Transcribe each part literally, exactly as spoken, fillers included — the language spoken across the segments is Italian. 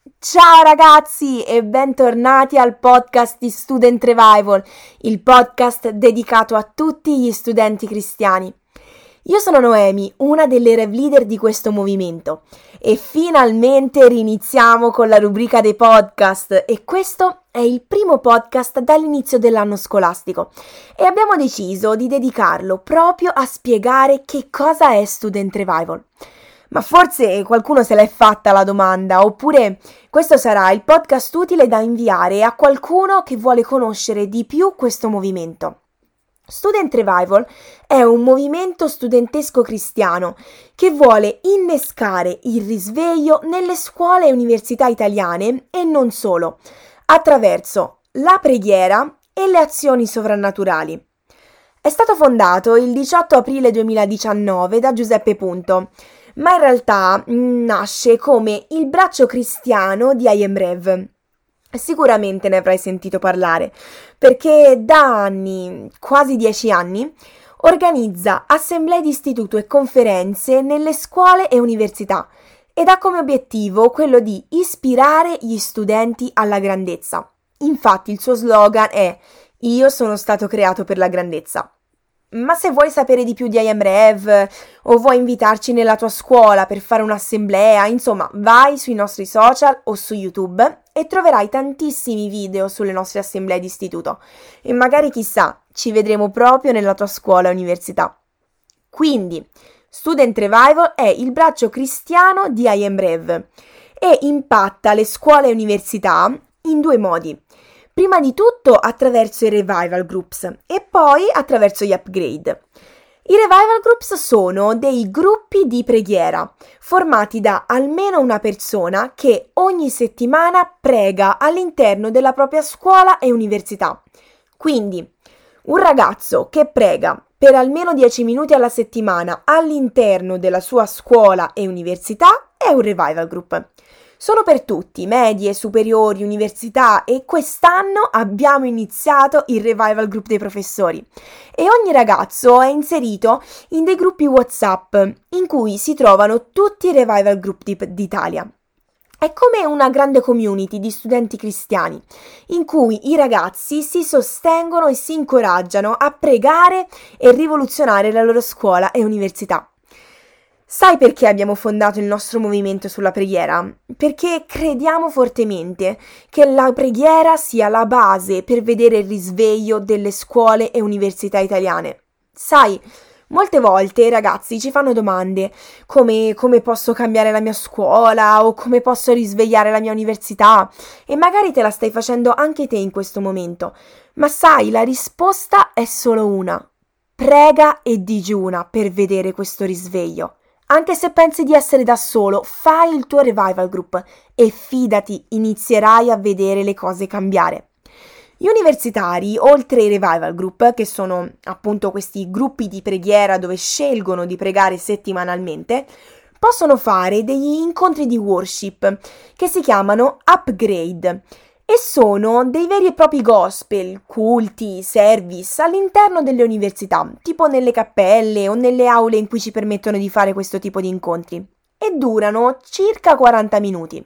Ciao ragazzi e bentornati al podcast di Student Revival, il podcast dedicato a tutti gli studenti cristiani. Io sono Noemi, una delle rev leader di questo movimento e finalmente riniziamo con la rubrica dei podcast e questo è il primo podcast dall'inizio dell'anno scolastico e abbiamo deciso di dedicarlo proprio a spiegare che cosa è Student Revival. Ma forse qualcuno se l'è fatta la domanda, oppure questo sarà il podcast utile da inviare a qualcuno che vuole conoscere di più questo movimento. Student Revival è un movimento studentesco cristiano che vuole innescare il risveglio nelle scuole e università italiane e non solo, attraverso la preghiera e le azioni sovrannaturali. È stato fondato il diciotto aprile duemiladiciannove da Giuseppe Punto, ma in realtà mh, nasce come il braccio cristiano di I Am Rev. Sicuramente ne avrai sentito parlare, perché da anni, quasi dieci anni, organizza assemblee di istituto e conferenze nelle scuole e università ed ha come obiettivo quello di ispirare gli studenti alla grandezza. Infatti il suo slogan è «Io sono stato creato per la grandezza». Ma se vuoi sapere di più di I Am Rev o vuoi invitarci nella tua scuola per fare un'assemblea, insomma, vai sui nostri social o su YouTube e troverai tantissimi video sulle nostre assemblee di istituto e magari chissà, ci vedremo proprio nella tua scuola o università. Quindi, Student Revival è il braccio cristiano di I Am Rev e impatta le scuole e università in due modi. Prima di tutto attraverso i revival groups e poi attraverso gli upgrade. I revival groups sono dei gruppi di preghiera formati da almeno una persona che ogni settimana prega all'interno della propria scuola e università. Quindi un ragazzo che prega per almeno dieci minuti alla settimana all'interno della sua scuola e università è un revival group. Sono per tutti, medie, superiori, università e quest'anno abbiamo iniziato il revival group dei professori e ogni ragazzo è inserito in dei gruppi WhatsApp in cui si trovano tutti i revival group d'Italia. È come una grande community di studenti cristiani in cui i ragazzi si sostengono e si incoraggiano a pregare e rivoluzionare la loro scuola e università. Sai perché abbiamo fondato il nostro movimento sulla preghiera? Perché crediamo fortemente che la preghiera sia la base per vedere il risveglio delle scuole e università italiane. Sai, molte volte i ragazzi ci fanno domande come come posso cambiare la mia scuola o come posso risvegliare la mia università e magari te la stai facendo anche te in questo momento. Ma sai, la risposta è solo una. Prega e digiuna per vedere questo risveglio. Anche se pensi di essere da solo, fai il tuo revival group e fidati, inizierai a vedere le cose cambiare. Gli universitari, oltre ai revival group, che sono appunto questi gruppi di preghiera dove scelgono di pregare settimanalmente, possono fare degli incontri di worship che si chiamano upgrade e sono dei veri e propri gospel, culti, service all'interno delle università, tipo nelle cappelle o nelle aule in cui ci permettono di fare questo tipo di incontri, e durano circa quaranta minuti.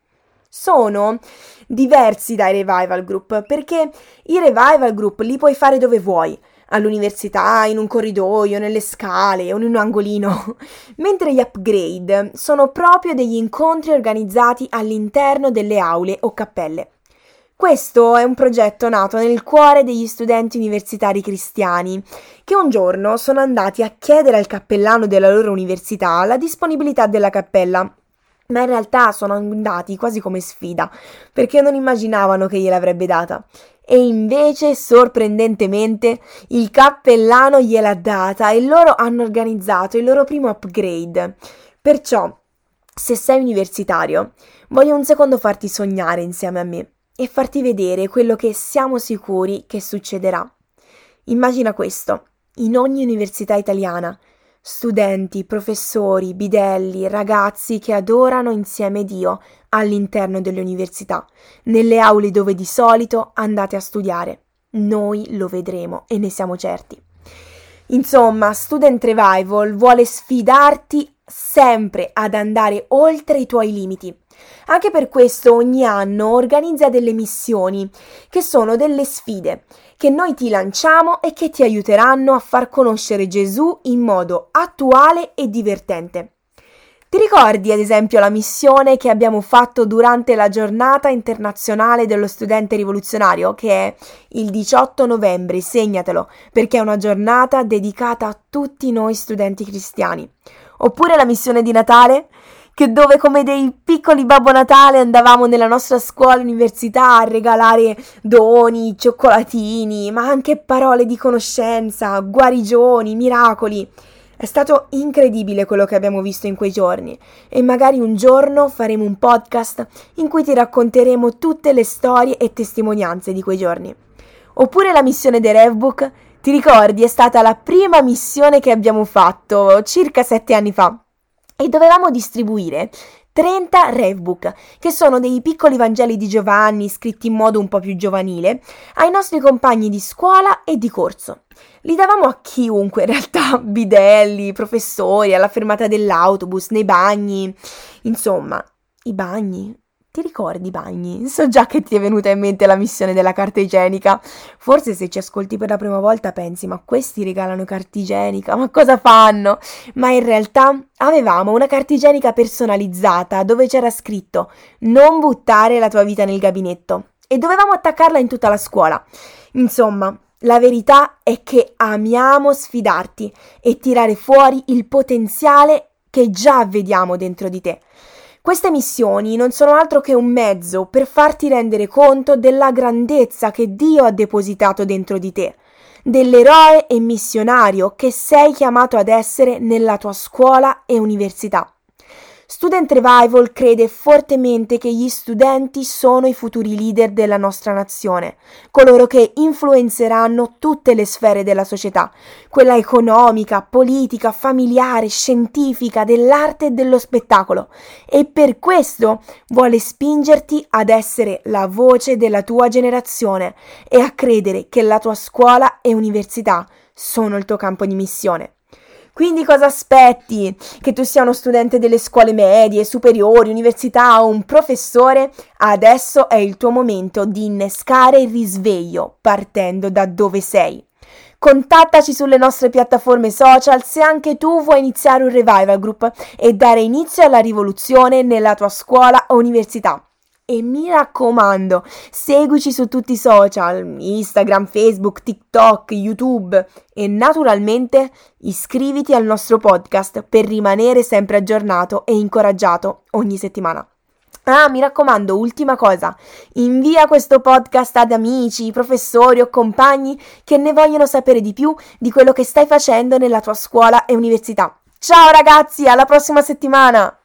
Sono diversi dai revival group perché i revival group li puoi fare dove vuoi, all'università, in un corridoio, nelle scale o in un angolino, mentre gli upgrade sono proprio degli incontri organizzati all'interno delle aule o cappelle. Questo è un progetto nato nel cuore degli studenti universitari cristiani, che un giorno sono andati a chiedere al cappellano della loro università la disponibilità della cappella, ma in realtà sono andati quasi come sfida, perché non immaginavano che gliel'avrebbe data. E invece, sorprendentemente, il cappellano gliel'ha data e loro hanno organizzato il loro primo upgrade. Perciò, se sei universitario, voglio un secondo farti sognare insieme a me e farti vedere quello che siamo sicuri che succederà. Immagina questo, in ogni università italiana, studenti, professori, bidelli, ragazzi che adorano insieme Dio all'interno delle università, nelle aule dove di solito andate a studiare. Noi lo vedremo e ne siamo certi. Insomma, Student Revival vuole sfidarti sempre ad andare oltre i tuoi limiti. Anche per questo ogni anno organizza delle missioni, che sono delle sfide, che noi ti lanciamo e che ti aiuteranno a far conoscere Gesù in modo attuale e divertente. Ti ricordi ad esempio la missione che abbiamo fatto durante la giornata internazionale dello studente rivoluzionario, che è il diciotto novembre, segnatelo, perché è una giornata dedicata a tutti noi studenti cristiani. Oppure la missione di Natale, che dove come dei piccoli Babbo Natale andavamo nella nostra scuola università a regalare doni, cioccolatini, ma anche parole di conoscenza, guarigioni, miracoli. È stato incredibile quello che abbiamo visto in quei giorni e magari un giorno faremo un podcast in cui ti racconteremo tutte le storie e testimonianze di quei giorni. Oppure la missione dei Revbook, ti ricordi? È stata la prima missione che abbiamo fatto circa sette anni fa e dovevamo distribuire trenta Revbook, che sono dei piccoli Vangeli di Giovanni scritti in modo un po' più giovanile, ai nostri compagni di scuola e di corso. Li davamo a chiunque, in realtà, bidelli, professori, alla fermata dell'autobus, nei bagni, insomma, i bagni. Ti ricordi i bagni? So già che ti è venuta in mente la missione della carta igienica. Forse se ci ascolti per la prima volta pensi, ma questi regalano carta igienica, ma cosa fanno? Ma in realtà avevamo una carta igienica personalizzata dove c'era scritto non buttare la tua vita nel gabinetto e dovevamo attaccarla in tutta la scuola. Insomma, la verità è che amiamo sfidarti e tirare fuori il potenziale che già vediamo dentro di te. Queste missioni non sono altro che un mezzo per farti rendere conto della grandezza che Dio ha depositato dentro di te, dell'eroe e missionario che sei chiamato ad essere nella tua scuola e università. Student Revival crede fortemente che gli studenti sono i futuri leader della nostra nazione, coloro che influenzeranno tutte le sfere della società, quella economica, politica, familiare, scientifica, dell'arte e dello spettacolo, e per questo vuole spingerti ad essere la voce della tua generazione e a credere che la tua scuola e università sono il tuo campo di missione. Quindi cosa aspetti? Che tu sia uno studente delle scuole medie, superiori, università o un professore? Adesso è il tuo momento di innescare il risveglio partendo da dove sei. Contattaci sulle nostre piattaforme social se anche tu vuoi iniziare un revival group e dare inizio alla rivoluzione nella tua scuola o università. E mi raccomando, seguici su tutti i social, Instagram, Facebook, TikTok, YouTube e naturalmente iscriviti al nostro podcast per rimanere sempre aggiornato e incoraggiato ogni settimana. Ah, mi raccomando, ultima cosa, invia questo podcast ad amici, professori o compagni che ne vogliono sapere di più di quello che stai facendo nella tua scuola e università. Ciao ragazzi, alla prossima settimana!